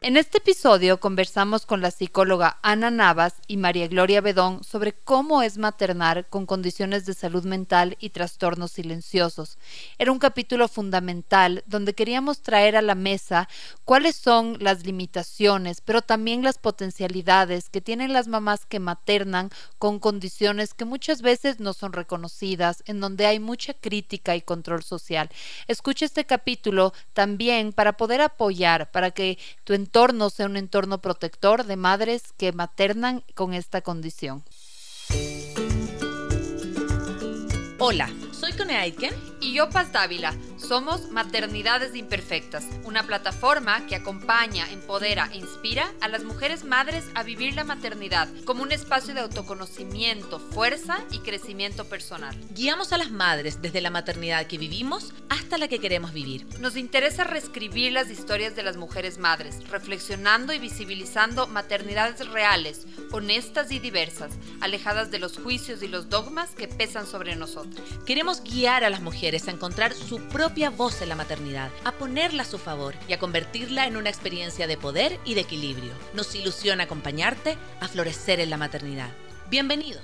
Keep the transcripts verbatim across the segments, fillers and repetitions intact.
En este episodio conversamos con la psicóloga Ana Navas y María Gloria Bedón sobre cómo es maternar con condiciones de salud mental y trastornos silenciosos. Era un capítulo fundamental donde queríamos traer a la mesa cuáles son las limitaciones, pero también las potencialidades que tienen las mamás que maternan con condiciones que muchas veces no son reconocidas, en donde hay mucha crítica y control social. Escucha este capítulo también para poder apoyar, para que tu entorno sea un entorno protector de madres que maternan con esta condición. Hola, soy Cone Aitken y yo Paz Dávila. Somos Maternidades Imperfectas, una plataforma que acompaña, empodera e inspira a las mujeres madres a vivir la maternidad como un espacio de autoconocimiento, fuerza y crecimiento personal. Guiamos a las madres desde la maternidad que vivimos hasta la que queremos vivir. Nos interesa reescribir las historias de las mujeres madres, reflexionando y visibilizando maternidades reales, honestas y diversas, alejadas de los juicios y los dogmas que pesan sobre nosotros. Queremos guiar a las mujeres a encontrar su propia voz en la maternidad, a ponerla a su favor y a convertirla en una experiencia de poder y de equilibrio. Nos ilusiona acompañarte a florecer en la maternidad. Bienvenidos.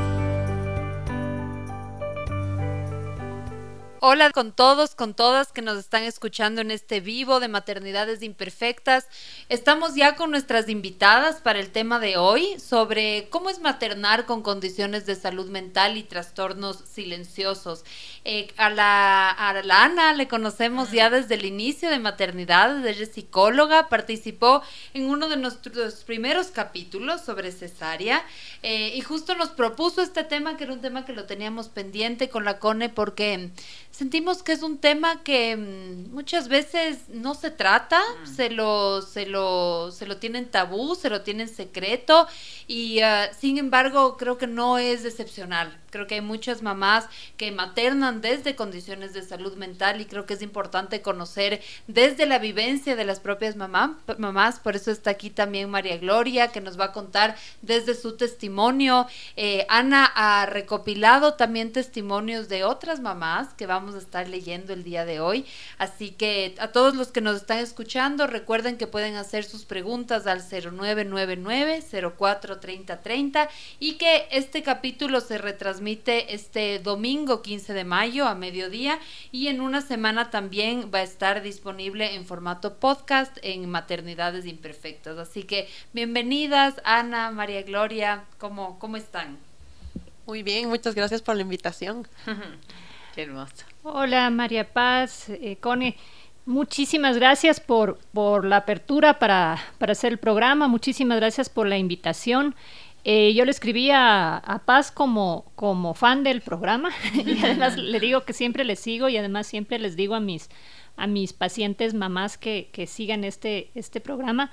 Hola con todos, con todas que nos están escuchando en este vivo de Maternidades Imperfectas. Estamos ya con nuestras invitadas para el tema de hoy sobre cómo es maternar con condiciones de salud mental y trastornos silenciosos. Eh, a, la, a la Ana le conocemos ya desde el inicio de maternidad, ella es psicóloga, participó en uno de nuestros primeros capítulos sobre cesárea eh, y justo nos propuso este tema, que era un tema que lo teníamos pendiente con la Cone porque sentimos que es un tema que mmm, muchas veces no se trata, mm. se lo se lo se lo tienen tabú, se lo tienen secreto y uh, sin embargo creo que no es excepcional. Creo que hay muchas mamás que maternan desde condiciones de salud mental y creo que es importante conocer desde la vivencia de las propias mamá, mamás. Por eso está aquí también María Gloria, que nos va a contar desde su testimonio. Eh, Ana ha recopilado también testimonios de otras mamás que vamos a estar leyendo el día de hoy. Así que a todos los que nos están escuchando, recuerden que pueden hacer sus preguntas al cero nueve nueve nueve, cero cuatro tres cero tres cero y que este capítulo se retransmite este domingo quince de mayo a mediodía y en una semana también va a estar disponible en formato podcast en Maternidades Imperfectas. Así que bienvenidas Ana, María Gloria, ¿cómo, cómo están? Muy bien, muchas gracias por la invitación. Qué hermoso. Hola María Paz, eh, Cone, muchísimas gracias por, por la apertura para, para hacer el programa, muchísimas gracias por la invitación. Eh, yo le escribí a, a Paz como, como fan del programa y además le digo que siempre les sigo y además siempre les digo a mis, a mis pacientes mamás que, que sigan este, este programa.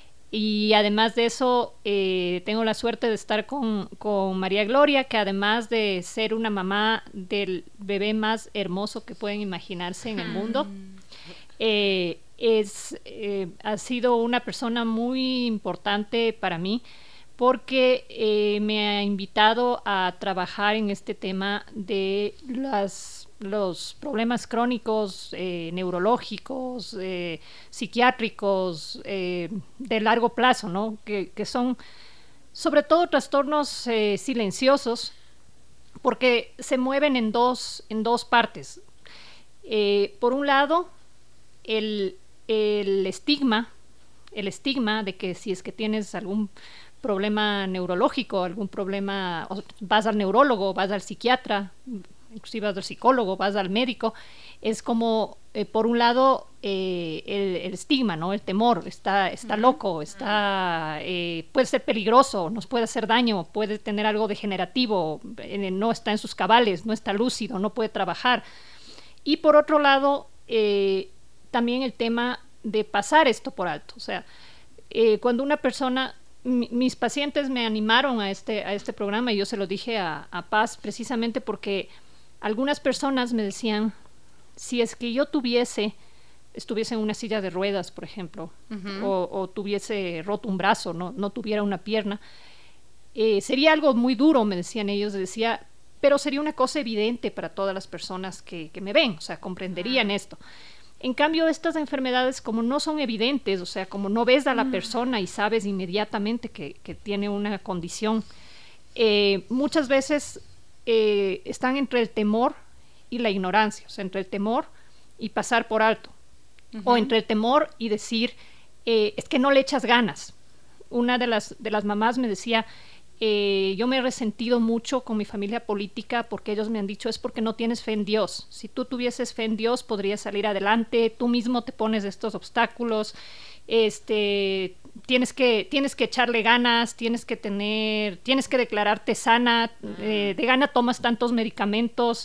Y además de eso, eh, tengo la suerte de estar con, con María Gloria, que además de ser una mamá del bebé más hermoso que pueden imaginarse en el mundo, eh, es, eh, ha sido una persona muy importante para mí porque eh, me ha invitado a trabajar en este tema de las, los problemas crónicos, eh, neurológicos, eh, psiquiátricos, eh, de largo plazo, ¿no? Que, que son sobre todo trastornos eh, silenciosos, porque se mueven en dos, en dos partes. Eh, por un lado, el, el estigma, el estigma de que si es que tienes algún problema neurológico, algún problema, vas al neurólogo, vas al psiquiatra, inclusive vas al psicólogo, vas al médico, es como, eh, por un lado, eh, el, el estigma, ¿no? El temor, está, está loco, está, eh, puede ser peligroso, nos puede hacer daño, puede tener algo degenerativo, eh, no está en sus cabales, no está lúcido, no puede trabajar. Y por otro lado, eh, también el tema de pasar esto por alto, o sea, eh, cuando una persona... Mi, mis pacientes me animaron a este, a este programa y yo se lo dije a, a Paz precisamente porque algunas personas me decían, si es que yo tuviese, estuviese en una silla de ruedas, por ejemplo, uh-huh. o, o tuviese roto un brazo, no, no tuviera una pierna, eh, sería algo muy duro, me decían ellos, decía, pero sería una cosa evidente para todas las personas que, que me ven, o sea, comprenderían uh-huh. esto. En cambio, estas enfermedades, como no son evidentes, o sea, como no ves a la mm. persona y sabes inmediatamente que, que tiene una condición, eh, muchas veces eh, están entre el temor y la ignorancia, o sea, entre el temor y pasar por alto, uh-huh. o entre el temor y decir, eh, es que no le echas ganas. Una de las, de las mamás me decía, eh, yo me he resentido mucho con mi familia política porque ellos me han dicho, es porque no tienes fe en Dios. Si tú tuvieses fe en Dios, podrías salir adelante, tú mismo te pones estos obstáculos, este, tienes que, tienes que echarle ganas, tienes que tener, tienes que declararte sana, eh, de gana tomas tantos medicamentos,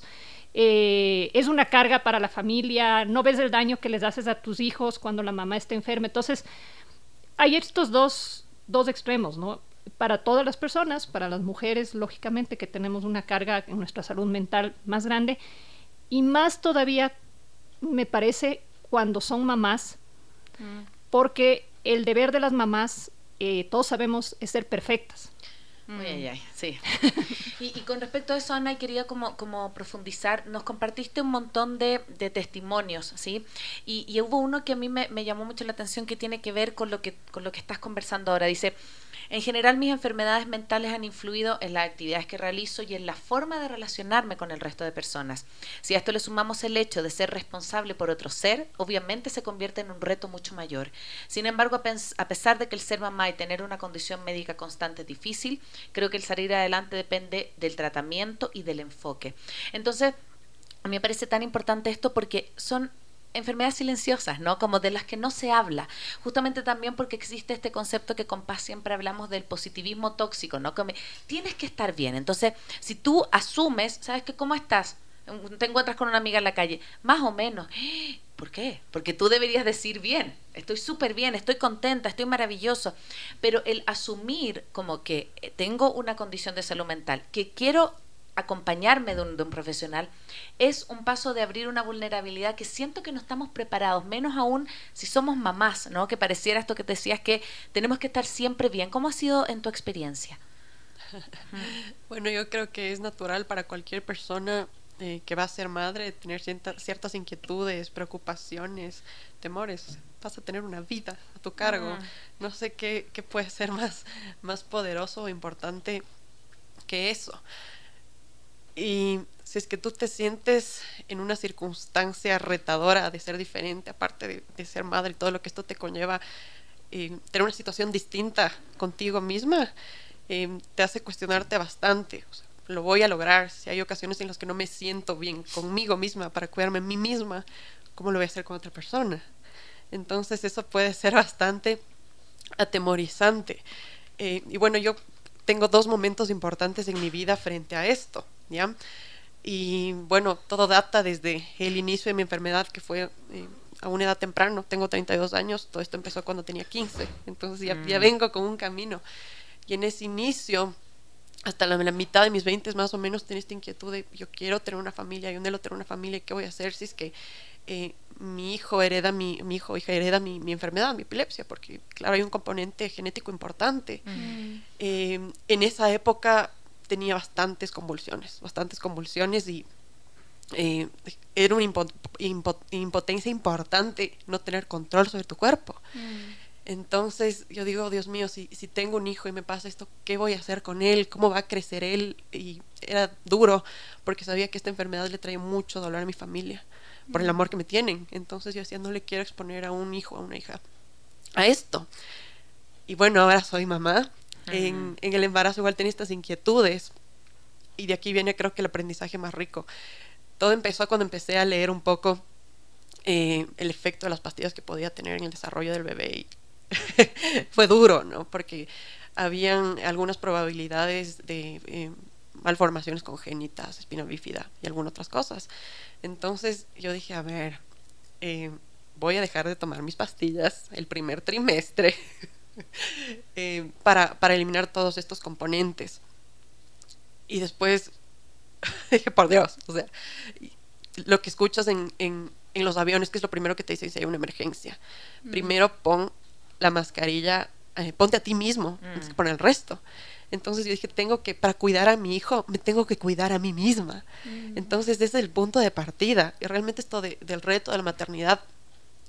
eh, es una carga para la familia, no ves el daño que les haces a tus hijos cuando la mamá está enferma. Entonces, hay estos dos, dos extremos, ¿no? Para todas las personas, para las mujeres, lógicamente, que tenemos una carga en nuestra salud mental más grande, y más todavía, me parece, cuando son mamás, mm. porque el deber de las mamás, eh, todos sabemos, es ser perfectas. Uy, ay, ay, sí. Y, y con respecto a eso, Ana, quería como, como profundizar, nos compartiste un montón de, de testimonios, ¿sí? Y, y hubo uno que a mí me, me llamó mucho la atención, que tiene que ver con lo que, con lo que estás conversando ahora. Dice, en general mis enfermedades mentales han influido en las actividades que realizo y en la forma de relacionarme con el resto de personas. Si a esto le sumamos el hecho de ser responsable por otro ser, obviamente se convierte en un reto mucho mayor. Sin embargo, a, pens- a pesar de que el ser mamá y tener una condición médica constante es difícil, creo que el salir adelante depende del tratamiento y del enfoque. Entonces, a mí me parece tan importante esto porque son enfermedades silenciosas, ¿no? Como de las que no se habla, justamente también porque existe este concepto que con Paz siempre hablamos del positivismo tóxico, ¿no? Como tienes que estar bien. Entonces, si tú asumes, ¿sabes qué? ¿Cómo estás? Te encuentras con una amiga en la calle, más o menos. ¿Por qué? Porque tú deberías decir bien, estoy súper bien, estoy contenta, estoy maravilloso. Pero el asumir como que tengo una condición de salud mental, que quiero acompañarme de un, de un profesional, es un paso de abrir una vulnerabilidad que siento que no estamos preparados, menos aún si somos mamás, ¿no? Que pareciera esto que te decías, que tenemos que estar siempre bien. ¿Cómo ha sido en tu experiencia? Bueno, yo creo que es natural para cualquier persona eh, que va a ser madre tener cierta, ciertas inquietudes, preocupaciones, temores. Vas a tener una vida a tu cargo. Uh-huh. No sé qué, qué puede ser más, más poderoso o importante que eso. Y si es que tú te sientes en una circunstancia retadora de ser diferente, aparte de, de ser madre y todo lo que esto te conlleva, eh, tener una situación distinta contigo misma, eh, te hace cuestionarte bastante. O sea, lo voy a lograr. Si hay ocasiones en las que no me siento bien conmigo misma para cuidarme a mí misma, ¿cómo lo voy a hacer con otra persona? Entonces eso puede ser bastante atemorizante. Eh, y bueno, yo tengo dos momentos importantes en mi vida frente a esto, ¿ya? Y bueno, todo data desde el inicio de mi enfermedad, que fue eh, a una edad temprana. Tengo treinta y dos años, todo esto empezó cuando tenía quince, entonces ya, mm. ya vengo con un camino. Y en ese inicio, hasta la, la mitad de mis veinte más o menos, tenía esta inquietud de yo quiero tener una familia, yo anhelo tener una familia, ¿qué voy a hacer si es que eh, mi hijo hereda mi, mi hijo o hija hereda mi, mi enfermedad, mi epilepsia? Porque claro, hay un componente genético importante. Mm. Eh, en esa época tenía bastantes convulsiones, bastantes convulsiones y eh, era una impo- impo- impotencia importante no tener control sobre tu cuerpo. Mm. Entonces yo digo, Dios mío, si, si tengo un hijo y me pasa esto, ¿qué voy a hacer con él? ¿Cómo va a crecer él? Y era duro porque sabía que esta enfermedad le traía mucho dolor a mi familia por el amor que me tienen. Entonces yo decía, no le quiero exponer a un hijo, a una hija a esto. Y bueno, ahora soy mamá. Uh-huh. En, en el embarazo igual tenía estas inquietudes y de aquí viene creo que el aprendizaje más rico. Todo empezó cuando empecé a leer un poco eh, el efecto de las pastillas que podía tener en el desarrollo del bebé y fue duro, ¿no? Porque habían algunas probabilidades de eh, malformaciones congénitas, espina bífida y algunas otras cosas. Entonces yo dije, a ver, eh, voy a dejar de tomar mis pastillas el primer trimestre eh, para, para eliminar todos estos componentes. Y después dije, por Dios, o sea, lo que escuchas en, en, en los aviones, que es lo primero que te dicen si hay una emergencia. Mm. Primero pon la mascarilla, eh, ponte a ti mismo, mm. tienes que poner el resto. Entonces yo dije, tengo que, para cuidar a mi hijo, me tengo que cuidar a mí misma. Mm. Entonces ese es el punto de partida. Y realmente esto de, del reto de la maternidad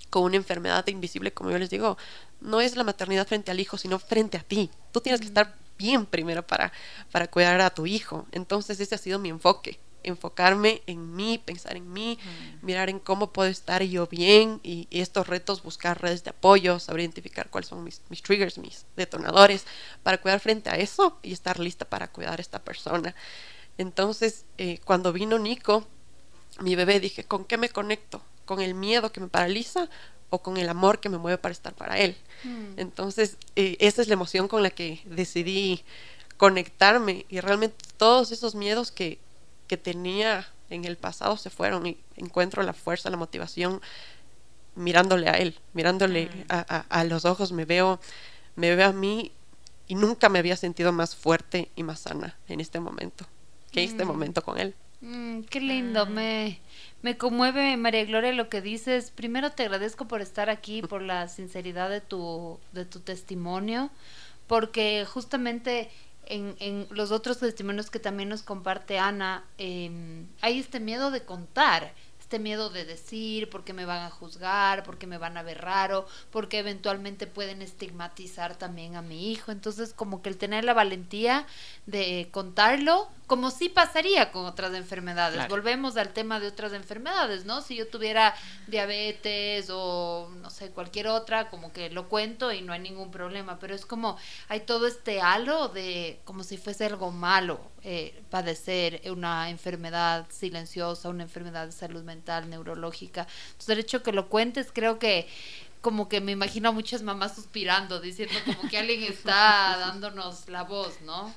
con una enfermedad invisible, como yo les digo, no es la maternidad frente al hijo, sino frente a ti. Tú tienes mm. que estar bien primero para, para cuidar a tu hijo. Entonces ese ha sido mi enfoque, enfocarme en mí, pensar en mí, mm. mirar en cómo puedo estar yo bien, y, y estos retos, buscar redes de apoyo, saber identificar cuáles son mis, mis triggers, mis detonadores, para cuidar frente a eso y estar lista para cuidar a esta persona. Entonces eh, cuando vino Nico, mi bebé, dije, ¿con qué me conecto? ¿Con el miedo que me paraliza o con el amor que me mueve para estar para él? Mm. Entonces eh, esa es la emoción con la que decidí conectarme, y realmente todos esos miedos que, que tenía en el pasado se fueron, y encuentro la fuerza, la motivación mirándole a él, mirándole mm. a, a, a los ojos. Me veo, me veo a mí, y nunca me había sentido más fuerte y más sana en este momento que mm. este momento con él. Mm, qué lindo, me, me conmueve, María Gloria, lo que dices. Primero te agradezco por estar aquí, por la sinceridad de tu, de tu testimonio, porque justamente en, en los otros testimonios que también nos comparte Ana, eh, hay este miedo de contar, este miedo de decir, porque me van a juzgar, porque me van a ver raro, porque eventualmente pueden estigmatizar también a mi hijo. Entonces, como que el tener la valentía de contarlo, como sí pasaría con otras enfermedades. Claro. Volvemos al tema de otras enfermedades, ¿no? Si yo tuviera diabetes o, no sé, cualquier otra, como que lo cuento y no hay ningún problema, pero es como, hay todo este halo de, como si fuese algo malo, eh, padecer una enfermedad silenciosa, una enfermedad de salud mental, neurológica. Entonces, el hecho que lo cuentes, creo que como que me imagino a muchas mamás suspirando, diciendo como que alguien está dándonos la voz, ¿no?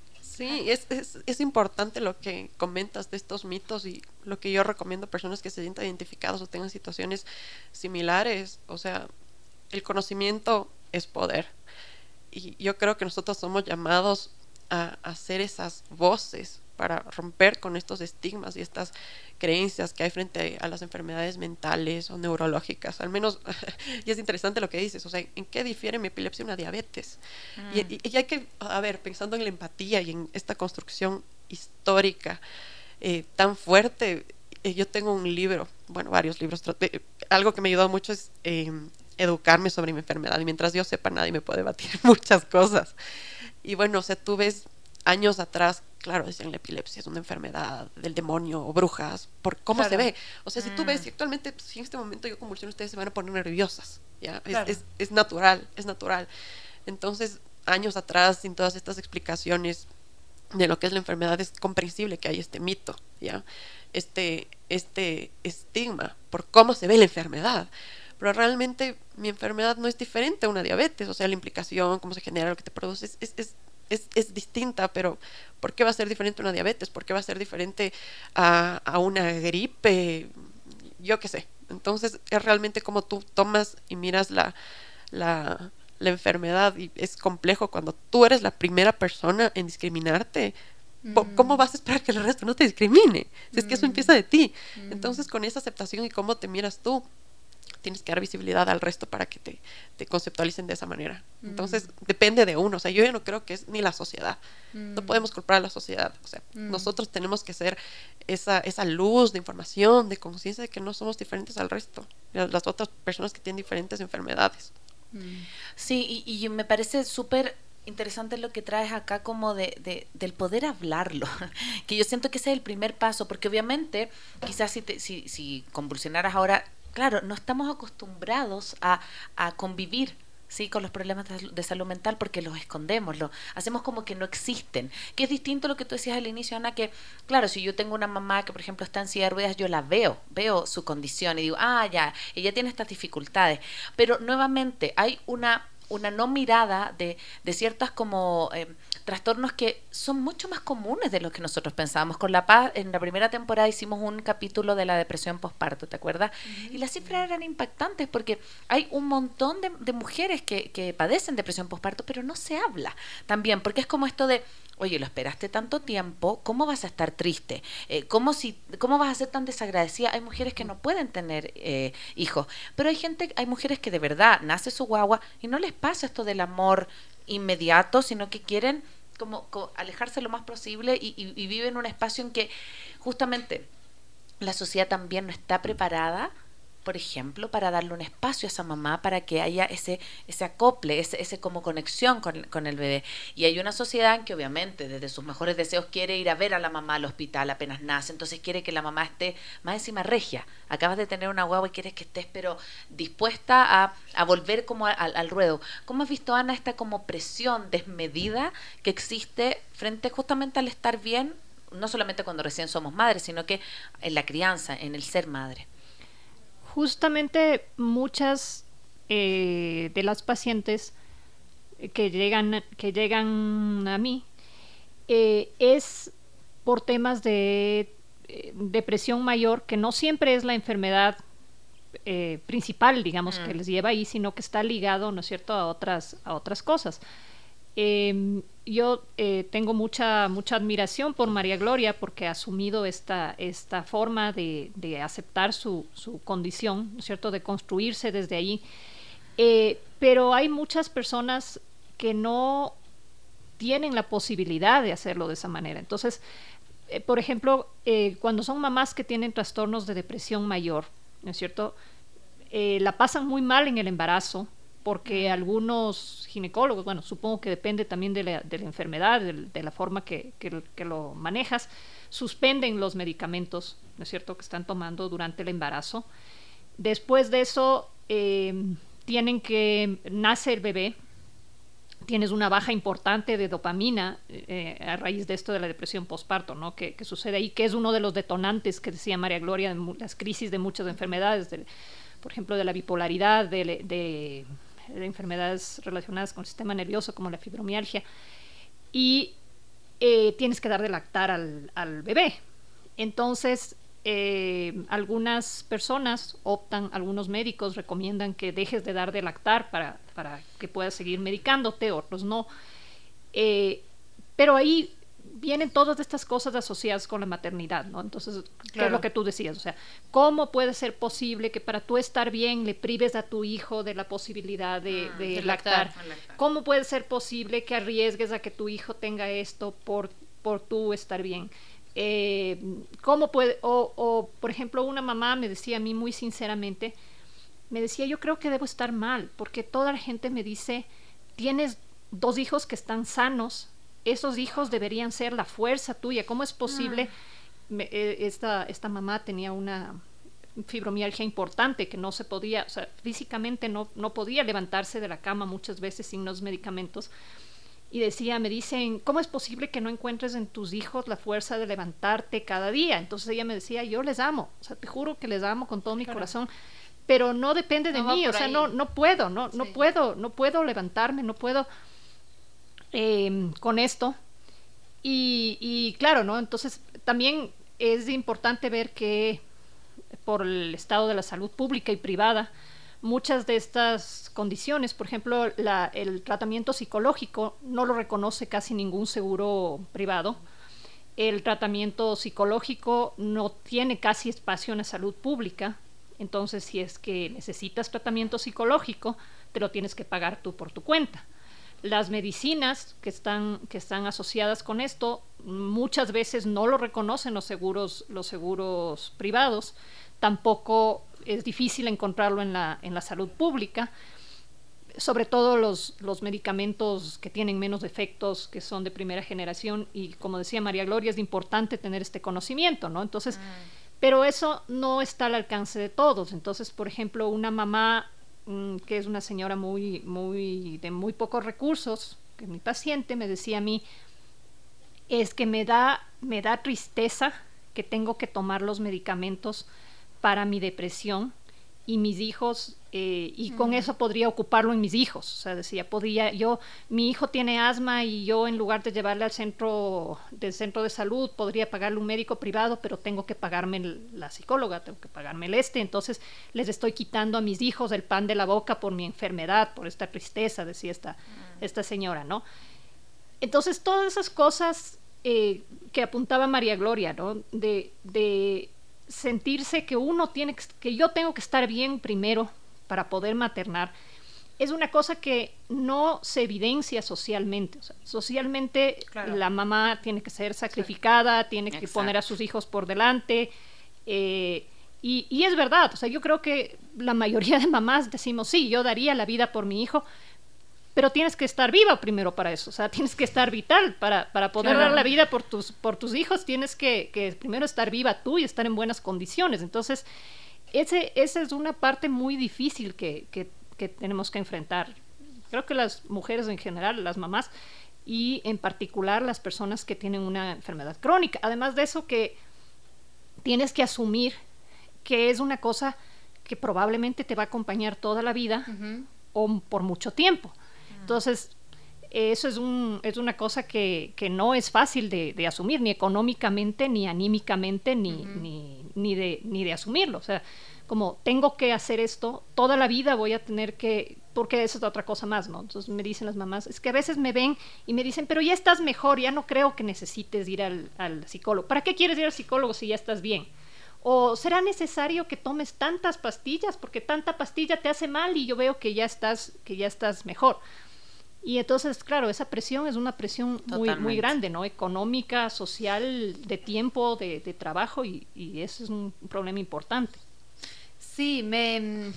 Sí, es, es, es importante lo que comentas de estos mitos, y lo que yo recomiendo a personas que se sientan identificados o tengan situaciones similares. O sea, el conocimiento es poder, y yo creo que nosotros somos llamados a, a ser esas voces para romper con estos estigmas y estas creencias que hay frente a las enfermedades mentales o neurológicas. Al menos, y es interesante lo que dices, o sea, ¿en qué difiere mi epilepsia de una diabetes? Mm. Y, y, y hay que, a ver, pensando en la empatía y en esta construcción histórica eh, tan fuerte, eh, yo tengo un libro, bueno, varios libros, eh, algo que me ayudó mucho es eh, educarme sobre mi enfermedad, y mientras yo sepa, nadie me puede debatir muchas cosas. Y bueno, o sea, tú ves años atrás, claro, decían la epilepsia es una enfermedad del demonio o brujas, por cómo claro. se ve. O sea, si mm. tú ves, si actualmente, si en este momento yo convulsiono, ustedes se van a poner nerviosas, ¿ya? Claro. Es, es, es natural, es natural. Entonces, años atrás, sin todas estas explicaciones de lo que es la enfermedad, es comprensible que hay este mito, ¿ya? Este, este estigma por cómo se ve la enfermedad. Pero realmente mi enfermedad no es diferente a una diabetes, o sea, la implicación, cómo se genera, lo que te produce, es, es, es Es, es distinta, pero ¿por qué va a ser diferente a una diabetes? ¿Por qué va a ser diferente a, a una gripe? Yo qué sé. Entonces es realmente como tú tomas y miras la, la, la enfermedad, y es complejo cuando tú eres la primera persona en discriminarte. Mm. ¿Cómo vas a esperar que el resto no te discrimine? Si es que eso empieza de ti. Mm. Entonces, con esa aceptación y cómo te miras tú, tienes que dar visibilidad al resto para que te, te conceptualicen de esa manera. Entonces, mm. depende de uno. O sea, yo ya no creo que es ni la sociedad. Mm. No podemos culpar a la sociedad. O sea, mm. nosotros tenemos que ser esa, esa luz de información, de conciencia de que no somos diferentes al resto, las otras personas que tienen diferentes enfermedades. Mm. Sí, y, y me parece súper interesante lo que traes acá, como de, de del poder hablarlo, que yo siento que ese es el primer paso, porque obviamente quizás si, te, si, si convulsionaras ahora, claro, no estamos acostumbrados a, a convivir, ¿sí?, con los problemas de, de salud mental, porque los escondemos, lo hacemos como que no existen, que es distinto a lo que tú decías al inicio, Ana, que claro, si yo tengo una mamá que por ejemplo está en silla de ruedas, yo la veo, veo su condición y digo, ah, ya, ella tiene estas dificultades, pero nuevamente hay una una no mirada de, de ciertas como eh, trastornos que son mucho más comunes de lo que nosotros pensábamos. Con La Paz, en la primera temporada hicimos un capítulo de la depresión postparto, ¿te acuerdas? Uh-huh. Y las cifras eran impactantes, porque hay un montón de, de mujeres que, que padecen depresión postparto, pero no se habla también, porque es como esto de, oye, lo esperaste tanto tiempo, ¿cómo vas a estar triste? Eh, ¿cómo, si, ¿Cómo vas a ser tan desagradecida? Hay mujeres que no pueden tener eh, hijos, pero hay gente, hay mujeres que de verdad nace su guagua y no les pasa esto del amor inmediato, sino que quieren como, como alejarse lo más posible y, y, y viven en un espacio en que justamente la sociedad también no está preparada, por ejemplo, para darle un espacio a esa mamá, para que haya ese, ese acople, ese, ese como conexión con, con el bebé. Y hay una sociedad que obviamente desde sus mejores deseos quiere ir a ver a la mamá al hospital apenas nace, entonces quiere que la mamá esté más encima regia. Acabas de tener una guagua y quieres que estés pero dispuesta a, a volver como a, a, al ruedo. ¿Cómo has visto, Ana, esta como presión desmedida que existe frente justamente al estar bien, no solamente cuando recién somos madres, sino que en la crianza, en el ser madre? Justamente muchas eh, de las pacientes que llegan, que llegan a mí eh, es por temas de eh, depresión mayor, que no siempre es la enfermedad eh, principal, digamos, mm. que les lleva ahí, sino que está ligado, ¿no es cierto?, a otras, a otras cosas. Eh, yo eh, tengo mucha mucha admiración por María Gloria porque ha asumido esta, esta forma de, de aceptar su, su condición, ¿no es cierto?, de construirse desde ahí. Eh, pero hay muchas personas que no tienen la posibilidad de hacerlo de esa manera. Entonces, eh, por ejemplo, eh, cuando son mamás que tienen trastornos de depresión mayor, ¿no es cierto?, eh, la pasan muy mal en el embarazo, porque algunos ginecólogos, bueno, supongo que depende también de la, de la enfermedad, de, de la forma que, que, que lo manejas, suspenden los medicamentos, ¿no es cierto?, que están tomando durante el embarazo. Después de eso, eh, tienen que, nace el bebé, tienes una baja importante de dopamina eh, a raíz de esto de la depresión postparto, ¿no?, que, que sucede ahí, que es uno de los detonantes que decía María Gloria, de las crisis de muchas enfermedades, de, por ejemplo, de la bipolaridad, de, de de enfermedades relacionadas con el sistema nervioso como la fibromialgia, y eh, tienes que dar de lactar al, al bebé. Entonces eh, algunas personas optan, algunos médicos recomiendan que dejes de dar de lactar para, para que puedas seguir medicándote, otros no, eh, pero ahí vienen todas estas cosas asociadas con la maternidad, ¿no? Entonces, claro, ¿qué es lo que tú decías? O sea, ¿cómo puede ser posible que para tú estar bien le prives a tu hijo de la posibilidad de, ah, de, de lactar? lactar? ¿Cómo puede ser posible que arriesgues a que tu hijo tenga esto por, por tú estar bien? Eh, ¿Cómo puede? O, o, por ejemplo, una mamá me decía a mí muy sinceramente, me decía, yo creo que debo estar mal, porque toda la gente me dice, tienes dos hijos que están sanos, esos hijos deberían ser la fuerza tuya. ¿Cómo es posible? Mm. Me, eh, esta, esta mamá tenía una fibromialgia importante que no se podía, o sea, físicamente no, no podía levantarse de la cama muchas veces sin los medicamentos. Y decía, me dicen, ¿cómo es posible que no encuentres en tus hijos la fuerza de levantarte cada día? Entonces ella me decía, yo les amo, o sea, te juro que les amo con todo mi claro. corazón, pero no depende de no mí, o sea, no, no puedo, no, sí. no puedo, no puedo levantarme, no puedo... Eh, con esto y, y claro, ¿no? Entonces también es importante ver que por el estado de la salud pública y privada, muchas de estas condiciones, por ejemplo, la, el tratamiento psicológico no lo reconoce casi ningún seguro privado. El tratamiento psicológico no tiene casi espacio en la salud pública, entonces si es que necesitas tratamiento psicológico, te lo tienes que pagar tú por tu cuenta. Las medicinas que están, que están asociadas con esto muchas veces no lo reconocen los seguros, los seguros privados, tampoco es difícil encontrarlo en la, en la salud pública, sobre todo los, los medicamentos que tienen menos efectos, que son de primera generación, y como decía María Gloria, es importante tener este conocimiento, ¿no? Entonces, mm. pero eso no está al alcance de todos. Entonces, por ejemplo, una mamá que es una señora muy, muy, de muy pocos recursos, que mi paciente me decía a mí, es que me da, me da tristeza que tengo que tomar los medicamentos para mi depresión y mis hijos, eh, y mm. con eso podría ocuparlo en mis hijos. O sea, decía, podría, yo, mi hijo tiene asma y yo en lugar de llevarle al centro, del centro de salud, podría pagarle un médico privado, pero tengo que pagarme el, la psicóloga, tengo que pagarme el este, entonces les estoy quitando a mis hijos el pan de la boca por mi enfermedad, por esta tristeza, decía esta, mm. esta señora, ¿no? Entonces, todas esas cosas eh, que apuntaba María Gloria, ¿no? De, de sentirse que uno tiene que, que yo tengo que estar bien primero para poder maternar, es una cosa que no se evidencia socialmente. O sea, socialmente claro. la mamá tiene que ser sacrificada, sí. tiene que Exacto. poner a sus hijos por delante, eh, Y, y es verdad, o sea, yo creo que la mayoría de mamás decimos, sí, yo daría la vida por mi hijo, pero tienes que estar viva primero para eso, o sea, tienes que estar vital para, para poder Claro. dar la vida por tus, por tus hijos, tienes que, que primero estar viva tú y estar en buenas condiciones. Entonces, ese, esa es una parte muy difícil que, que, que tenemos que enfrentar. Creo que las mujeres en general, las mamás, y en particular las personas que tienen una enfermedad crónica. Además de eso, que tienes que asumir que es una cosa que probablemente te va a acompañar toda la vida uh-huh. o por mucho tiempo. Uh-huh. Entonces, eso es, un, es una cosa que, que no es fácil de, de asumir, ni económicamente, ni anímicamente, ni, uh-huh. ni, ni, de, ni de asumirlo. O sea, como tengo que hacer esto, toda la vida voy a tener que, porque eso es otra cosa más, ¿no? Entonces me dicen las mamás, es que a veces me ven y me dicen, pero ya estás mejor, ya no creo que necesites ir al, al psicólogo. ¿Para qué quieres ir al psicólogo si ya estás bien? ¿O será necesario que tomes tantas pastillas? Porque tanta pastilla te hace mal y yo veo que ya estás, que ya estás mejor. Y entonces, claro, esa presión es una presión muy, muy grande, ¿no? Económica, social, de tiempo, de, de trabajo, y, y eso es un, un problema importante. Sí, me,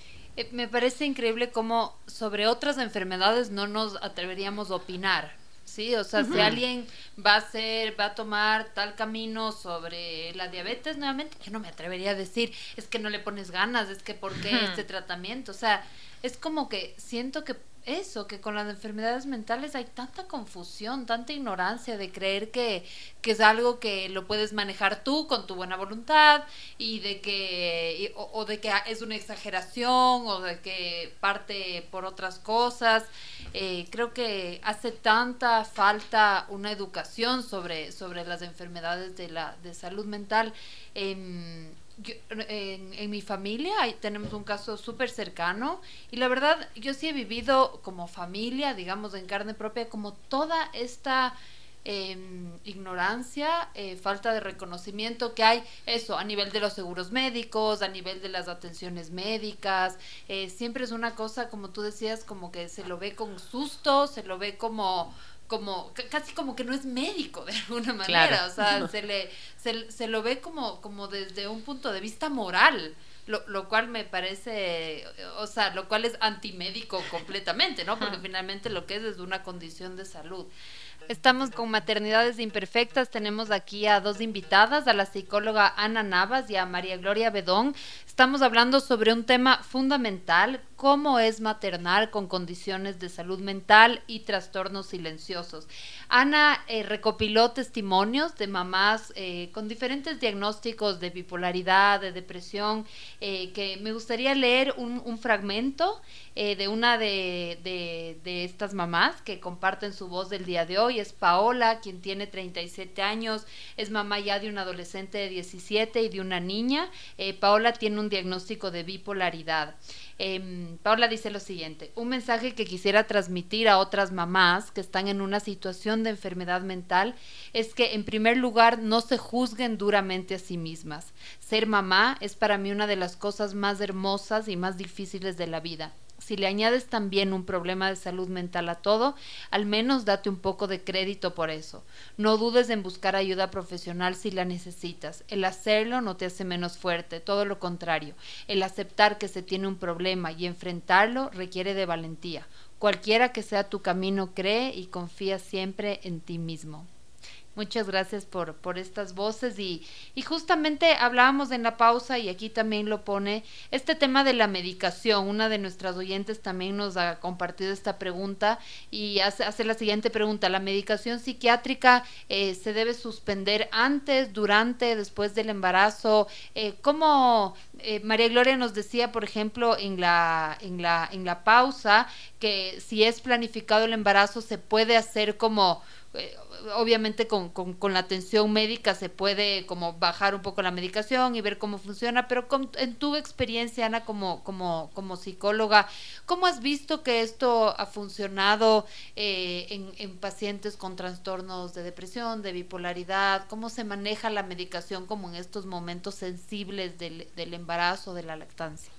me parece increíble cómo sobre otras enfermedades no nos atreveríamos a opinar. Sí, o sea, uh-huh. si alguien va a hacer, va a tomar tal camino sobre la diabetes nuevamente, yo no me atrevería a decir, es que no le pones ganas, es que ¿por qué uh-huh. este tratamiento? O sea, es como que siento que eso, que con las enfermedades mentales hay tanta confusión, tanta ignorancia de creer que, que es algo que lo puedes manejar tú con tu buena voluntad y de que, y, o, o de que es una exageración o de que parte por otras cosas. Eh, creo que hace tanta falta una educación sobre, sobre las enfermedades de la de salud mental. Eh, Yo, en, en mi familia hay, tenemos un caso súper cercano y la verdad yo sí he vivido como familia, digamos en carne propia, como toda esta eh, ignorancia, eh, falta de reconocimiento que hay, eso, a nivel de los seguros médicos, a nivel de las atenciones médicas. Eh, siempre es una cosa, como tú decías, como que se lo ve con susto, se lo ve como... como casi como que no es médico de alguna manera, claro. O sea, se le se, se lo ve como como desde un punto de vista moral, lo, lo cual me parece, o sea, lo cual es antimédico completamente, ¿no? Porque finalmente lo que es es una condición de salud. Estamos con Maternidades Imperfectas, tenemos aquí a dos invitadas, a la psicóloga Ana Navas y a María Gloria Bedón. Estamos hablando sobre un tema fundamental, cómo es maternar con condiciones de salud mental y trastornos silenciosos. Ana eh, recopiló testimonios de mamás eh, con diferentes diagnósticos de bipolaridad, de depresión, eh, que me gustaría leer un, un fragmento eh, de una de, de, de estas mamás que comparten su voz del día de hoy. Es Paola, quien tiene treinta y siete años, es mamá ya de un adolescente de diecisiete y de una niña. Eh, Paola tiene un diagnóstico de bipolaridad. Eh, Paola dice lo siguiente: un mensaje que quisiera transmitir a otras mamás que están en una situación de enfermedad mental es que, en primer lugar, no se juzguen duramente a sí mismas. Ser mamá es para mí una de las cosas más hermosas y más difíciles de la vida. Si le añades también un problema de salud mental a todo, al menos date un poco de crédito por eso. No dudes en buscar ayuda profesional si la necesitas. El hacerlo no te hace menos fuerte, todo lo contrario. El aceptar que se tiene un problema y enfrentarlo requiere de valentía. Cualquiera que sea tu camino, cree y confía siempre en ti mismo. Muchas gracias por, por estas voces y, y justamente hablábamos en la pausa y aquí también lo pone este tema de la medicación. Una de nuestras oyentes también nos ha compartido esta pregunta y hace, hace la siguiente pregunta: ¿la medicación psiquiátrica eh, se debe suspender antes, durante, después del embarazo? Eh, ¿Cómo eh, María Gloria nos decía, por ejemplo, en la, en la, en la pausa, que si es planificado el embarazo se puede hacer como... Eh, obviamente con, con, con la atención médica se puede como bajar un poco la medicación y ver cómo funciona, pero con, en tu experiencia, Ana, como, como, como psicóloga, ¿cómo has visto que esto ha funcionado eh, en, en pacientes con trastornos de depresión, de bipolaridad? ¿Cómo se maneja la medicación como en estos momentos sensibles del, del embarazo, de la lactancia?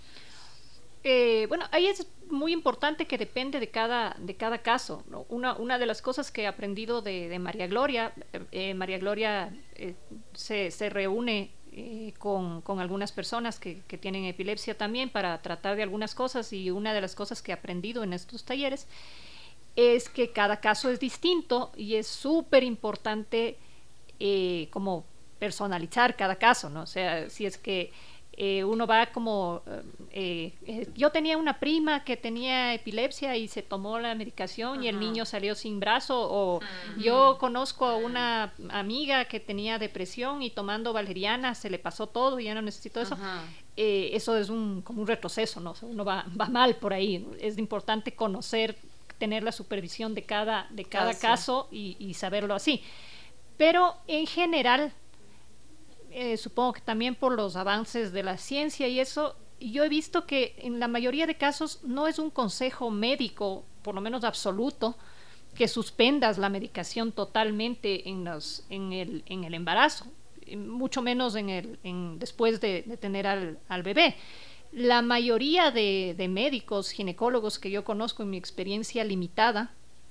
Eh, bueno, ahí es muy importante que depende de cada, de cada caso, ¿no? Una, una de las cosas que he aprendido de, de María Gloria, eh, María Gloria eh, se, se reúne eh, con, con algunas personas que, que tienen epilepsia también para tratar de algunas cosas, y una de las cosas que he aprendido en estos talleres es que cada caso es distinto y es súper importante eh, como personalizar cada caso, ¿no? O sea, si es que eh, uno va como eh, eh, yo tenía una prima que tenía epilepsia y se tomó la medicación uh-huh. y el niño salió sin brazo, o uh-huh. yo conozco a una amiga que tenía depresión y tomando valeriana se le pasó todo y ya no necesito eso. Uh-huh. eh, eso es un, como un retroceso, ¿no? O sea, uno va, va mal por ahí. Es importante conocer, tener la supervisión de cada, de cada caso, caso y, y saberlo así. Pero en general, eh, supongo que también por los avances de la ciencia y eso, yo he visto que en la mayoría de casos no es un consejo médico, por lo menos absoluto, que suspendas la medicación totalmente en, los, en, el, en el embarazo, mucho menos en el, en, después de, de tener al, al bebé. La mayoría de, de médicos, ginecólogos que yo conozco en mi experiencia limitada,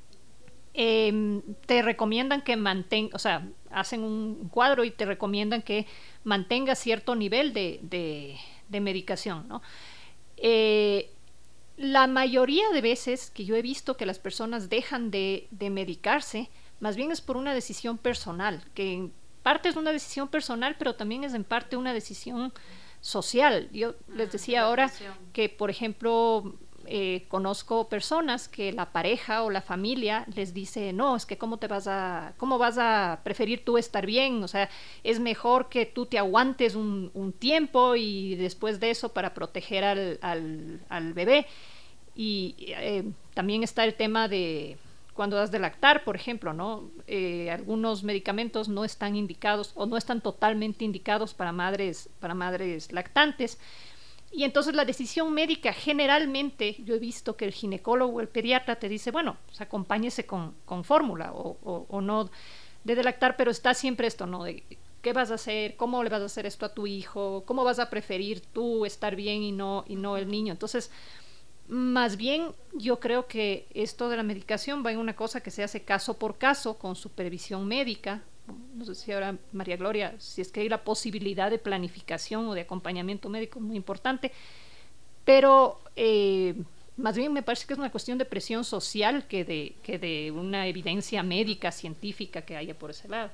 eh, te recomiendan que mantengas, o sea, hacen un cuadro y te recomiendan que mantengas cierto nivel de, de, de medicación, ¿no? Eh, la mayoría de veces que yo he visto que las personas dejan de, de medicarse, más bien es por una decisión personal, que en parte es una decisión personal, pero también es en parte una decisión social. Yo les decía ahora que, por ejemplo, eh, conozco personas que la pareja o la familia les dice, no, es que cómo te vas a, cómo vas a preferir tú estar bien, o sea, es mejor que tú te aguantes un, un tiempo y después de eso para proteger al, al, al bebé. Y eh, también está el tema de cuando das de lactar, por ejemplo, ¿no? Eh, algunos medicamentos no están indicados o no están totalmente indicados para madres, para madres lactantes. Y entonces la decisión médica, generalmente yo he visto que el ginecólogo o el pediatra te dice, bueno, pues acompáñese con, con fórmula o, o, o no de lactar, pero está siempre esto, ¿no? De qué vas a hacer, cómo le vas a hacer esto a tu hijo, cómo vas a preferir tú estar bien y no, y no el niño. Entonces, más bien yo creo que esto de la medicación va en una cosa que se hace caso por caso, con supervisión médica. No sé si ahora, María Gloria, si es que hay la posibilidad de planificación o de acompañamiento médico, muy importante, pero eh, más bien me parece que es una cuestión de presión social que de, que de una evidencia médica, científica que haya por ese lado.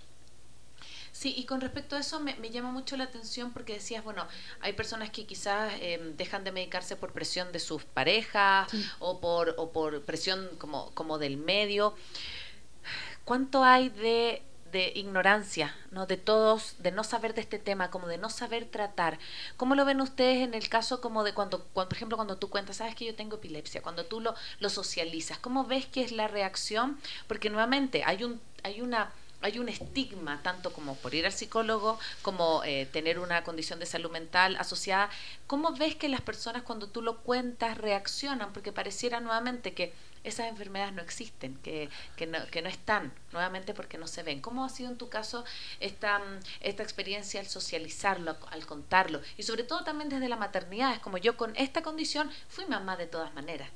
Sí, y con respecto a eso me, me llama mucho la atención porque decías, bueno, hay personas que quizás eh, dejan de medicarse por presión de sus parejas, sí, o por o por presión como, como del medio. ¿Cuánto hay de, de ignorancia, ¿no? De todos, de no saber de este tema, como de no saber tratar? ¿Cómo lo ven ustedes en el caso como de cuando, cuando por ejemplo, cuando tú cuentas, sabes que yo tengo epilepsia, cuando tú lo, lo socializas, ¿cómo ves que es la reacción? Porque nuevamente hay un hay una... hay un estigma, tanto como por ir al psicólogo, como eh, tener una condición de salud mental asociada. ¿Cómo ves que las personas cuando tú lo cuentas reaccionan? Porque pareciera nuevamente que esas enfermedades no existen, que, que, no, que no están, nuevamente porque no se ven. ¿Cómo ha sido en tu caso esta, esta experiencia al socializarlo, al contarlo? Y sobre todo también desde la maternidad, es como yo con esta condición fui mamá de todas maneras.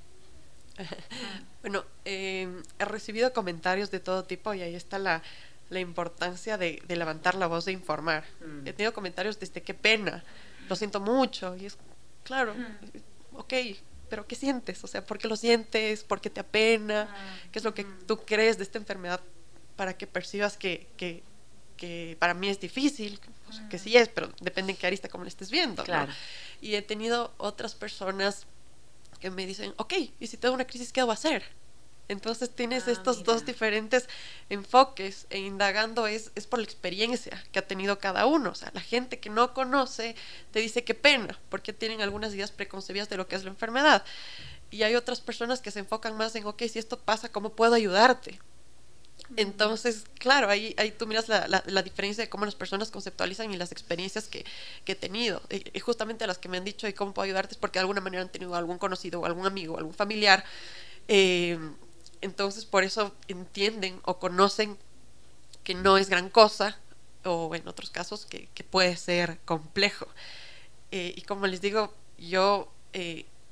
Bueno, eh, he recibido comentarios de todo tipo y ahí está la la importancia de, de levantar la voz, de informar. Mm. He tenido comentarios desde qué pena, lo siento mucho, y es claro, mm. ok, pero ¿qué sientes? O sea, ¿por qué lo sientes? ¿Por qué te apena? Mm. ¿Qué es lo que mm. tú crees de esta enfermedad para que percibas que, que, que para mí es difícil? O sea, mm. que sí es, pero depende en qué arista como lo estés viendo, claro, ¿no? Y he tenido otras personas que me dicen, ok, ¿y si tengo una crisis, qué debo hacer? Entonces tienes ah, estos mira. dos diferentes enfoques, e indagando es, es por la experiencia que ha tenido cada uno. O sea, la gente que no conoce te dice qué pena, porque tienen algunas ideas preconcebidas de lo que es la enfermedad. Y hay otras personas que se enfocan más en, ok, si esto pasa, ¿cómo puedo ayudarte? Entonces, claro, ahí, ahí tú miras la, la, la diferencia de cómo las personas conceptualizan y las experiencias que, que he tenido. Y, y justamente las que me han dicho, ¿y cómo puedo ayudarte? Es porque de alguna manera han tenido algún conocido, o algún amigo, o algún familiar. Eh, entonces, por eso entienden o conocen que no es gran cosa, o en otros casos que, que puede ser complejo. Eh, y como les digo, yo... Eh,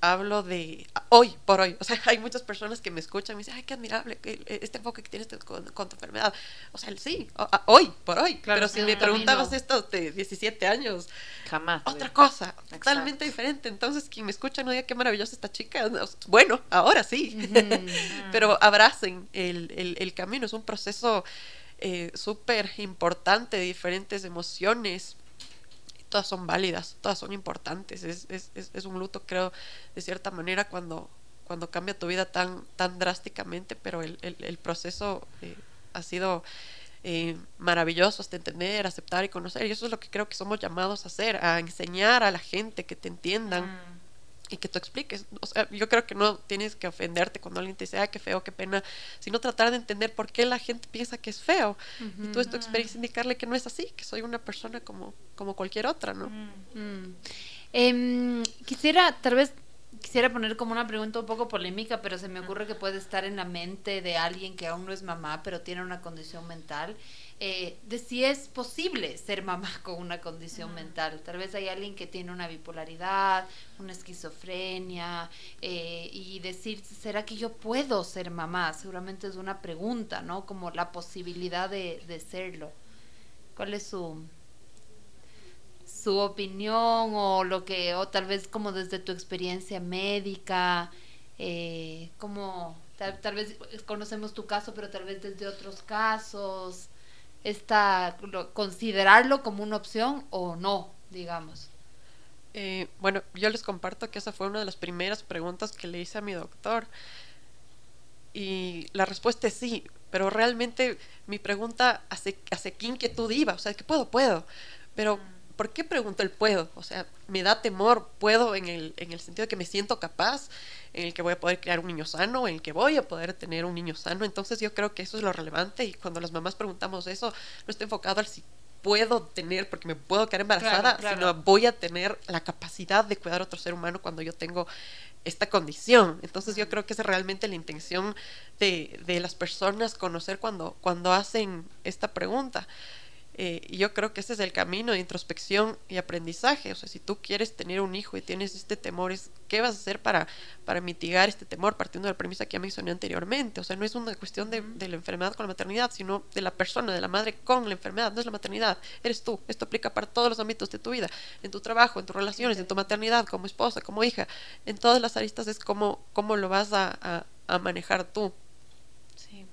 hablo de hoy por hoy. O sea, hay muchas personas que me escuchan y me dicen, ay, qué admirable este enfoque que tienes con, con tu enfermedad. O sea, sí, hoy por hoy. Claro, pero si me preguntabas camino. Esto de diecisiete años, jamás. Otra bien. Cosa, exacto. Totalmente diferente. Entonces, quien me escucha no diga qué maravillosa esta chica. Bueno, ahora sí. Mm-hmm. Pero abracen el, el, el camino. Es un proceso eh, súper importante de diferentes emociones. Todas son válidas, todas son importantes. Es, es, es, es un luto, creo, de cierta manera, cuando, cuando cambia tu vida tan, tan drásticamente, pero el, el, el proceso eh, ha sido eh, maravilloso hasta entender, aceptar y conocer. Y eso es lo que creo que somos llamados a hacer, a enseñar a la gente, que te entiendan. Mm. Y que tú expliques. O sea, yo creo que no tienes que ofenderte cuando alguien te dice, ah, qué feo, qué pena, sino tratar de entender por qué la gente piensa que es feo. Uh-huh. Y tú, es tu experiencia, indicarle que no es así, que soy una persona como, como cualquier otra, ¿no? Uh-huh. Eh, quisiera, tal vez, quisiera poner como una pregunta un poco polémica, pero se me ocurre que puede estar en la mente de alguien que aún no es mamá, pero tiene una condición mental. Eh, de si es posible ser mamá con una condición uh-huh. mental. Tal vez hay alguien que tiene una bipolaridad, una esquizofrenia, eh, y decir, ¿será que yo puedo ser mamá? Seguramente es una pregunta, ¿no? Como la posibilidad de, de serlo. ¿Cuál es su, su opinión o lo que, o tal vez como desde tu experiencia médica, eh, como tal, tal vez conocemos tu caso, pero tal vez desde otros casos, Esta, considerarlo como una opción o no, digamos? Eh, bueno, yo les comparto que esa fue una de las primeras preguntas que le hice a mi doctor y la respuesta es sí, pero realmente mi pregunta hace, hace qué inquietud iba, o sea, que puedo, puedo, pero ¿por qué pregunto el puedo? O sea, me da temor, puedo en el, en el sentido de que me siento capaz, en el que voy a poder crear un niño sano, en el que voy a poder tener un niño sano. Entonces yo creo que eso es lo relevante, y cuando las mamás preguntamos eso, no está enfocado al si puedo tener, porque me puedo quedar embarazada, claro, claro. sino voy a tener la capacidad de cuidar a otro ser humano cuando yo tengo esta condición. Entonces yo creo que esa es realmente la intención de, de las personas, conocer cuando, cuando hacen esta pregunta. Eh, y yo creo que ese es el camino de introspección y aprendizaje. O sea, si tú quieres tener un hijo y tienes este temor, es, ¿qué vas a hacer para, para mitigar este temor? Partiendo de la premisa que ya mencioné anteriormente. O sea, no es una cuestión de, de la enfermedad con la maternidad, sino de la persona, de la madre con la enfermedad. No es la maternidad, eres tú. Esto aplica para todos los ámbitos de tu vida, en tu trabajo, en tus relaciones, en tu maternidad, como esposa, como hija. En todas las aristas es cómo, cómo lo vas a, a, a manejar tú. Sí.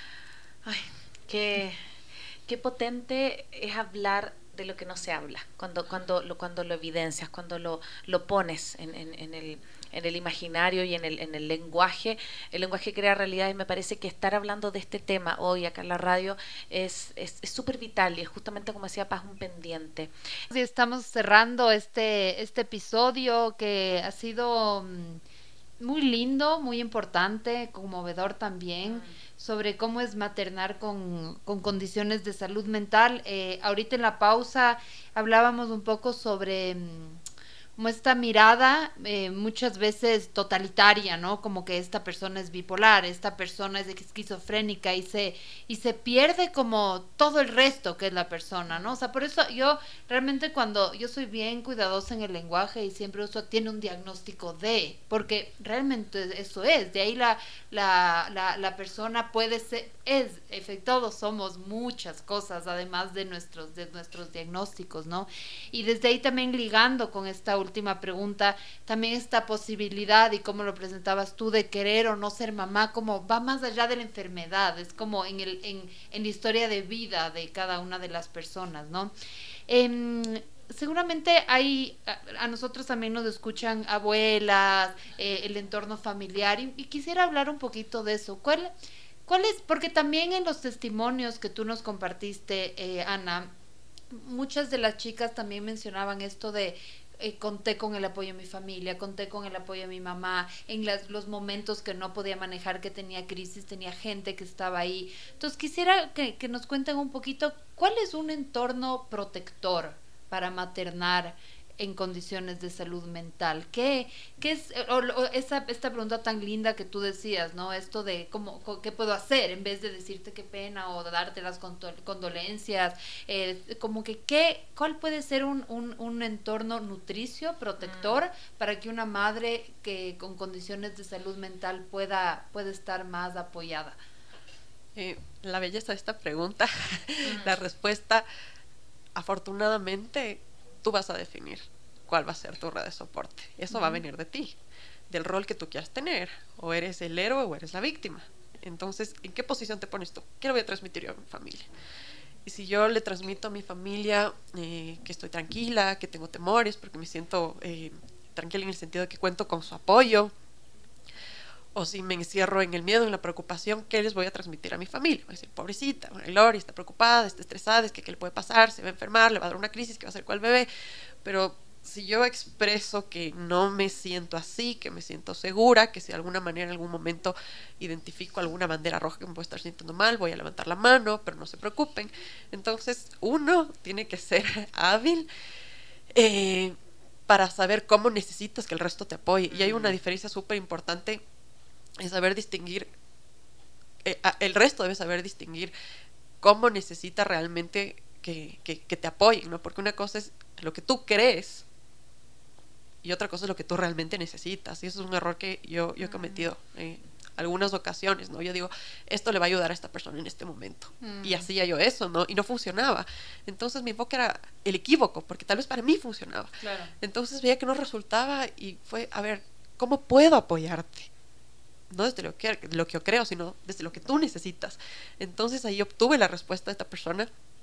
Ay, qué... Qué potente es hablar de lo que no se habla, cuando, cuando, lo, cuando lo evidencias, cuando lo, lo pones en, en, en, el, en el imaginario y en el, en el lenguaje. El lenguaje crea realidad, y me parece que estar hablando de este tema hoy acá en la radio es súper es, es vital, y es justamente, como decía Paz, un pendiente. Sí, estamos cerrando este, este episodio que ha sido muy lindo, muy importante, conmovedor también. Mm. Sobre cómo es maternar con, con condiciones de salud mental. Eh, ahorita en la pausa hablábamos un poco sobre como esta mirada eh, muchas veces totalitaria, ¿no? Como que esta persona es bipolar, esta persona es esquizofrénica, y se, y se pierde como todo el resto que es la persona, ¿no? O sea, por eso yo realmente, cuando yo soy bien cuidadosa en el lenguaje y siempre uso tiene un diagnóstico de, porque realmente eso es, de ahí la, la, la, la persona puede ser, es, todos somos muchas cosas además de nuestros, de nuestros diagnósticos, ¿no? Y desde ahí también ligando con esta última pregunta, también esta posibilidad, y como lo presentabas tú, de querer o no ser mamá, como va más allá de la enfermedad, es como en, el, en, en la historia de vida de cada una de las personas, ¿no? Eh, seguramente hay, a, a nosotros también nos escuchan abuelas, eh, el entorno familiar, y, y quisiera hablar un poquito de eso. ¿Cuál, cuál es? Porque también en los testimonios que tú nos compartiste, eh, Ana, muchas de las chicas también mencionaban esto de Eh, conté con el apoyo de mi familia, conté con el apoyo de mi mamá, en las, los momentos que no podía manejar, que tenía crisis, tenía gente que estaba ahí. Entonces quisiera que, que nos cuenten un poquito cuál es un entorno protector para maternar en condiciones de salud mental? ¿Qué, qué es o, o esa, esta pregunta tan linda que tú decías, ¿no? Esto de cómo, qué puedo hacer en vez de decirte qué pena o darte las condolencias, eh, como que qué, ¿cuál puede ser un, un, un entorno nutricio, protector, mm. para que una madre que con condiciones de salud mental pueda, pueda estar más apoyada? Eh, la belleza de esta pregunta, mm. la respuesta, afortunadamente, tú vas a definir cuál va a ser tu red de soporte. Eso uh-huh. va a venir de ti, del rol que tú quieras tener. O eres el héroe o eres la víctima. Entonces, ¿en qué posición te pones tú? ¿Qué le voy a transmitir yo a mi familia? Y si yo le transmito a mi familia eh, que estoy tranquila, que tengo temores, porque me siento eh, tranquila en el sentido de que cuento con su apoyo, o si me encierro en el miedo, en la preocupación, ¿qué les voy a transmitir a mi familia? Voy a decir, pobrecita, Gloria está preocupada, está estresada, es que qué le puede pasar, se va a enfermar, le va a dar una crisis, ¿qué va a hacer con el bebé? Pero si yo expreso que no me siento así, que me siento segura, que si de alguna manera en algún momento identifico alguna bandera roja que me puede estar sintiendo mal, voy a levantar la mano, pero no se preocupen. Entonces uno tiene que ser hábil eh, para saber cómo necesitas que el resto te apoye. Y hay una diferencia súper importante, es saber distinguir, eh, el resto debe saber distinguir cómo necesita realmente que, que, que te apoyen, ¿no? Porque una cosa es lo que tú crees y otra cosa es lo que tú realmente necesitas, y eso es un error que yo, yo he cometido en algunas ocasiones, ¿no? Yo digo, esto le va a ayudar a esta persona en este momento, mm. y hacía yo eso, ¿no? Y no funcionaba. Entonces mi enfoque era el equívoco, porque tal vez para mí funcionaba. Claro. Entonces veía que no resultaba y fue, a ver, ¿cómo puedo apoyarte? No desde lo que, lo que yo creo, sino desde lo que tú necesitas. Entonces ahí obtuve la respuesta de esta persona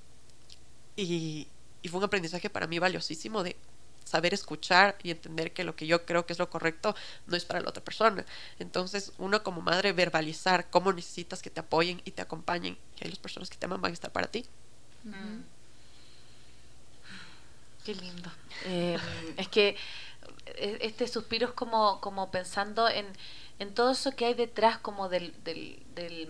y, y fue un aprendizaje para mí valiosísimo de saber escuchar y entender que lo que yo creo que es lo correcto no es para la otra persona. Entonces uno como madre verbalizar cómo necesitas que te apoyen y te acompañen, y ahí las personas que te aman van a estar para ti. Mm. Qué lindo. Eh, es que este suspiro es como, como pensando en en todo eso que hay detrás como del, del, del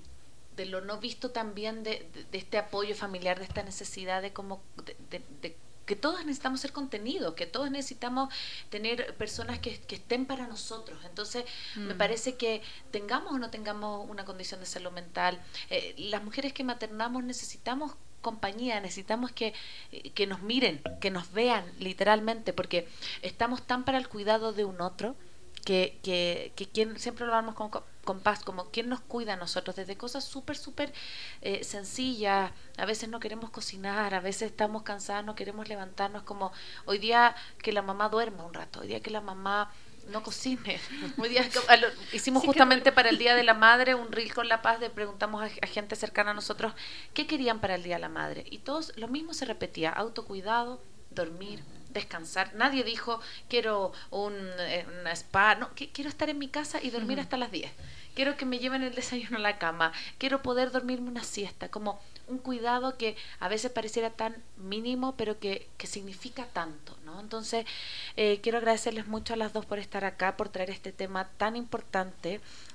de lo no visto también de, de, de este apoyo familiar, de esta necesidad de como de, de, de que todos necesitamos ser contenidos, que todos necesitamos tener personas que, que estén para nosotros. Entonces mm. me parece que tengamos o no tengamos una condición de salud mental, eh, las mujeres que maternamos necesitamos compañía, necesitamos que, que nos miren, que nos vean literalmente, porque estamos tan para el cuidado de un otro que, que, que quien, siempre lo hablamos con, con Paz, como quien nos cuida a nosotros, desde cosas súper, súper eh, sencillas. A veces no queremos cocinar, a veces estamos cansadas, no queremos levantarnos, como hoy día que la mamá duerma un rato, hoy día que la mamá no cocine. Hoy día hicimos sí, justamente que... para el Día de la Madre un reel con La Paz, de preguntamos a, a gente cercana a nosotros qué querían para el Día de la Madre, y todos lo mismo se repetía: autocuidado, dormir, descansar. Nadie dijo quiero un eh, una spa, no, que, quiero estar en mi casa y dormir uh-huh. hasta las diez, quiero que me lleven el desayuno a la cama, quiero poder dormirme una siesta, como un cuidado que a veces pareciera tan mínimo pero que, que significa tanto, ¿no? Entonces eh, quiero agradecerles mucho a las dos por estar acá, por traer este tema tan importante,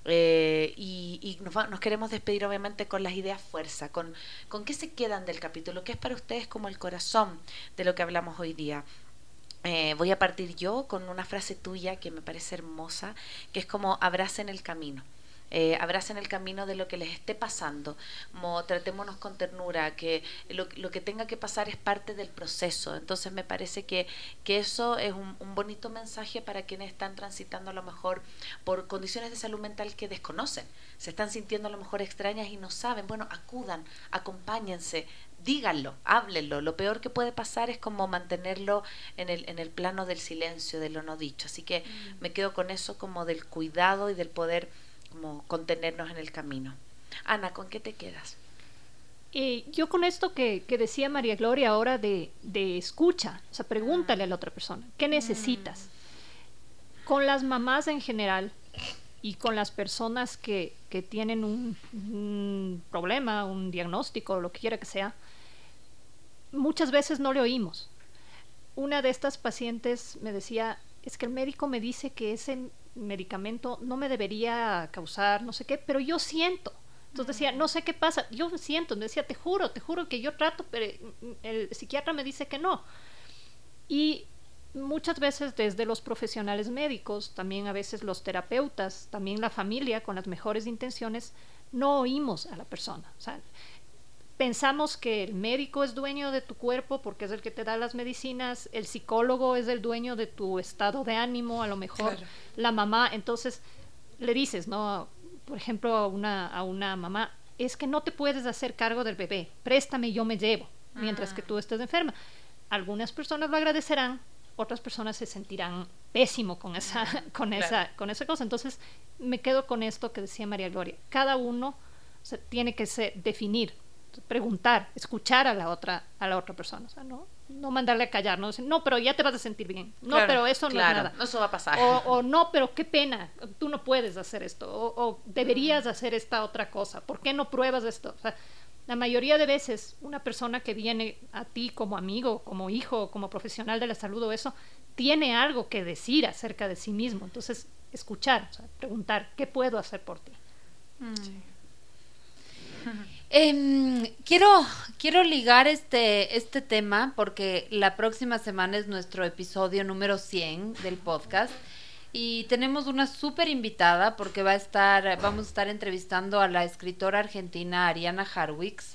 eh, y, y nos, va, nos queremos despedir obviamente con las ideas fuerza, con, con qué se quedan del capítulo, qué es para ustedes como el corazón de lo que hablamos hoy día. Eh, voy a partir yo con una frase tuya que me parece hermosa, que es como: abracen el camino. Eh, abracen el camino de lo que les esté pasando, como tratémonos con ternura, que lo, lo que tenga que pasar es parte del proceso. Entonces me parece que, que eso es un, un bonito mensaje para quienes están transitando a lo mejor por condiciones de salud mental que desconocen, se están sintiendo a lo mejor extrañas y no saben. Bueno, acudan, acompáñense, díganlo, háblenlo. Lo peor que puede pasar es como mantenerlo en el, en el plano del silencio, de lo no dicho. Así que mm. me quedo con eso, como del cuidado y del poder como contenernos en el camino. Ana, ¿con qué te quedas? Eh, yo con esto que, que decía María Gloria ahora de, de escucha, o sea, pregúntale a la otra persona, ¿qué necesitas? Mm. Con las mamás en general y con las personas que, que tienen un, un problema, un diagnóstico, lo que quiera que sea, muchas veces no le oímos. Una de estas pacientes me decía, es que el médico me dice que ese medicamento no me debería causar no sé qué, pero yo siento. Entonces decía, no sé qué pasa, yo siento. Me decía, te juro, te juro que yo trato, pero el psiquiatra me dice que no. Y muchas veces desde los profesionales médicos, también a veces los terapeutas, también la familia con las mejores intenciones, no oímos a la persona. O sea, pensamos que el médico es dueño de tu cuerpo porque es el que te da las medicinas, el psicólogo es el dueño de tu estado de ánimo, a lo mejor claro. La mamá, entonces le dices, ¿no? Por ejemplo, a una, a una mamá, es que no te puedes hacer cargo del bebé, préstame, yo me llevo, mientras que tú estés enferma. Algunas personas lo agradecerán, otras personas se sentirán pésimo con esa, con claro. esa, con esa cosa. Entonces me quedo con esto que decía María Gloria, cada uno o sea, tiene que ser, definir, preguntar, escuchar a la otra, a la otra persona, o sea, no, no mandarle a callar, no decir, no, pero ya te vas a sentir bien, no, claro, pero eso no claro, es nada, no, eso va a pasar, o, o no, pero qué pena, tú no puedes hacer esto, o, o deberías mm. hacer esta otra cosa, ¿por qué no pruebas esto? O sea, la mayoría de veces una persona que viene a ti como amigo, como hijo, como profesional de la salud o eso, tiene algo que decir acerca de sí mismo, entonces escuchar, o sea, preguntar, ¿qué puedo hacer por ti? Mm. Sí. Eh, quiero, quiero ligar este, este tema porque la próxima semana es nuestro episodio número cien del podcast y tenemos una súper invitada porque va a estar, vamos a estar entrevistando a la escritora argentina Ariana Harwicz.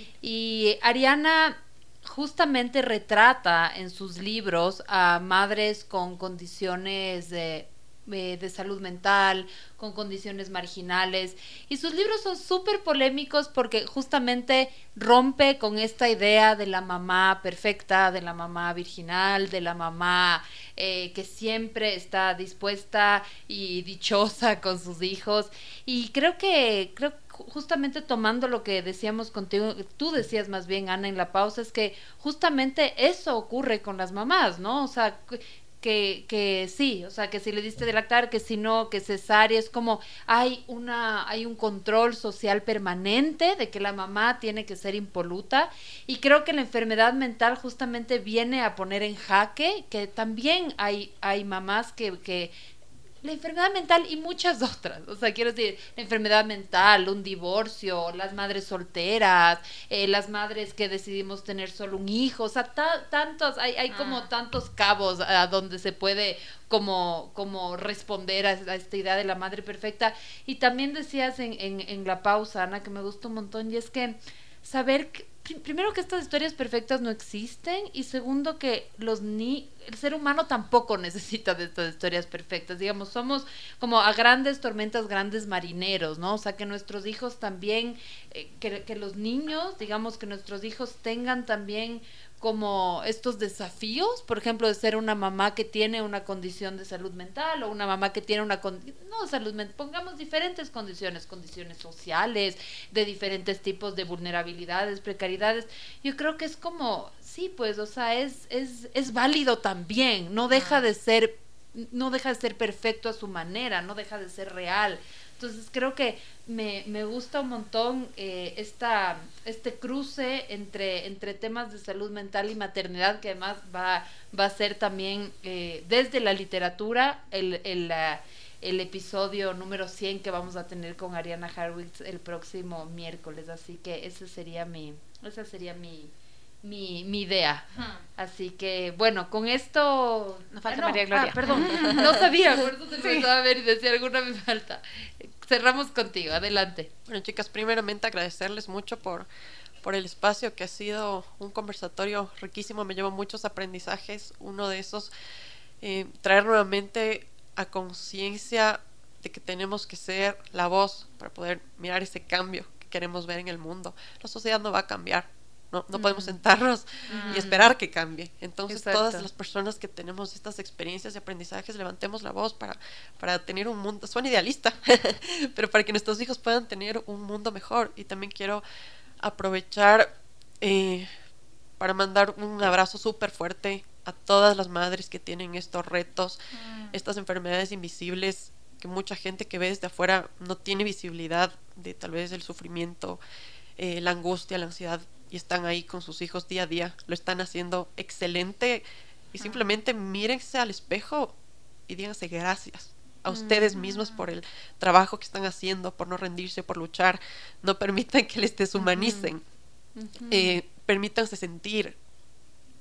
Y Ariana justamente retrata en sus libros a madres con condiciones de de salud mental, con condiciones marginales, y sus libros son súper polémicos porque justamente rompe con esta idea de la mamá perfecta, de la mamá virginal, de la mamá eh, que siempre está dispuesta y dichosa con sus hijos, y creo que creo justamente tomando lo que decíamos contigo, tú decías más bien, Ana, en la pausa, es que justamente eso ocurre con las mamás, ¿no? O sea, Que, que sí, o sea, que si le diste de lactar, que si no, que cesárea, es como hay una hay un control social permanente de que la mamá tiene que ser impoluta, y creo que la enfermedad mental justamente viene a poner en jaque que también hay, hay mamás que, que la enfermedad mental y muchas otras, o sea, quiero decir, la enfermedad mental, un divorcio, las madres solteras, eh, las madres que decidimos tener solo un hijo, o sea, ta- tantos, hay, hay como ah. tantos cabos a donde se puede como, como responder a, a esta idea de la madre perfecta. Y también decías en, en, en la pausa, Ana, que me gustó un montón, y es que saber que, primero, que estas historias perfectas no existen, y segundo, que los ni el ser humano tampoco necesita de estas historias perfectas, digamos, somos como a grandes tormentas, grandes marineros, ¿no? O sea, que nuestros hijos también, eh, que, que los niños, digamos, que nuestros hijos tengan también como estos desafíos, por ejemplo, de ser una mamá que tiene una condición de salud mental, o una mamá que tiene una condición, no salud mental, pongamos diferentes condiciones, condiciones sociales, de diferentes tipos de vulnerabilidades, precariedades. Yo creo que es como, sí, pues, o sea, es, es, es válido también, no deja de ser, no deja de ser perfecto a su manera, no deja de ser real. Entonces creo que me, me gusta un montón eh, esta, este cruce entre, entre temas de salud mental y maternidad, que además va, va a ser también eh, desde la literatura el, el, uh, el episodio número cien que vamos a tener con Ariana Harwicz el próximo miércoles. Así que ese sería mi, esa sería mi... Mi, mi idea. Uh-huh. Así que, bueno, con esto... Nos falta ah, no, María Gloria. Ah, perdón, no sabía, por eso te sí. empezaba a ver y decía alguna me falta. Cerramos contigo, adelante. Bueno, chicas, primeramente agradecerles mucho por, por el espacio, que ha sido un conversatorio riquísimo, me llevo muchos aprendizajes. Uno de esos, eh, traer nuevamente a conciencia de que tenemos que ser la voz para poder mirar ese cambio que queremos ver en el mundo. La sociedad no va a cambiar. No, no mm. podemos sentarnos mm. y esperar que cambie. Entonces, exacto, todas las personas que tenemos estas experiencias y aprendizajes, levantemos la voz para, para tener un mundo, suena idealista, pero para que nuestros hijos puedan tener un mundo mejor. Y también quiero aprovechar eh, para mandar un abrazo súper fuerte a todas las madres que tienen estos retos, mm. estas enfermedades invisibles que mucha gente que ve desde afuera no tiene visibilidad de tal vez el sufrimiento, eh, la angustia, la ansiedad, y están ahí con sus hijos día a día, lo están haciendo excelente, y simplemente mírense al espejo y díganse gracias a ustedes mismos por el trabajo que están haciendo, por no rendirse, por luchar. No permitan que les deshumanicen, uh-huh. eh, permítanse sentir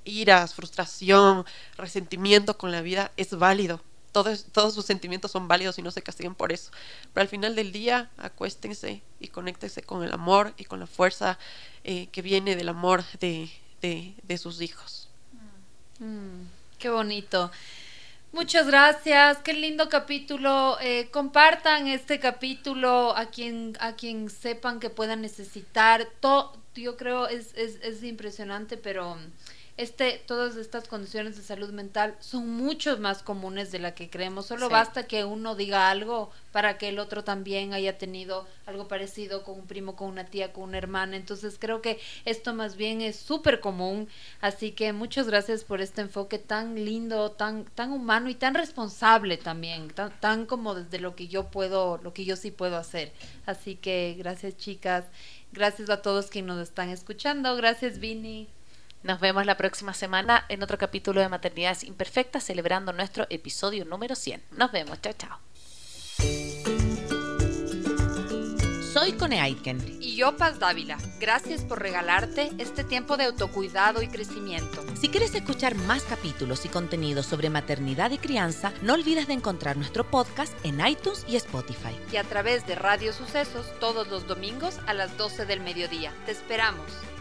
iras, frustración, resentimiento con la vida, es válido. Todos, todos sus sentimientos son válidos y no se castiguen por eso. Pero al final del día, acuéstense y conéctense con el amor y con la fuerza eh, que viene del amor de, de, de sus hijos. Mm, qué bonito. Muchas gracias, qué lindo capítulo. Eh, compartan este capítulo a quien a quien sepan que puedan necesitar. To, yo creo es, es, es impresionante, pero este todas estas condiciones de salud mental son mucho más comunes de la que creemos. Solo sí. Basta que uno diga algo para que el otro también haya tenido algo parecido con un primo, con una tía, con una hermana. Entonces creo que esto más bien es súper común. Así que muchas gracias por este enfoque tan lindo, tan tan humano y tan responsable también, tan, tan como desde lo que yo puedo, lo que yo sí puedo hacer. Así que gracias, chicas. Gracias a todos quienes nos están escuchando. Gracias, Vini. Nos vemos la próxima semana en otro capítulo de Maternidades Imperfectas, celebrando nuestro episodio número cien. Nos vemos, chao, chao. Soy Cone Aitken. Y yo, Paz Dávila. Gracias por regalarte este tiempo de autocuidado y crecimiento. Si quieres escuchar más capítulos y contenidos sobre maternidad y crianza, no olvides de encontrar nuestro podcast en iTunes y Spotify. Y a través de Radio Sucesos todos los domingos a las doce del mediodía. Te esperamos.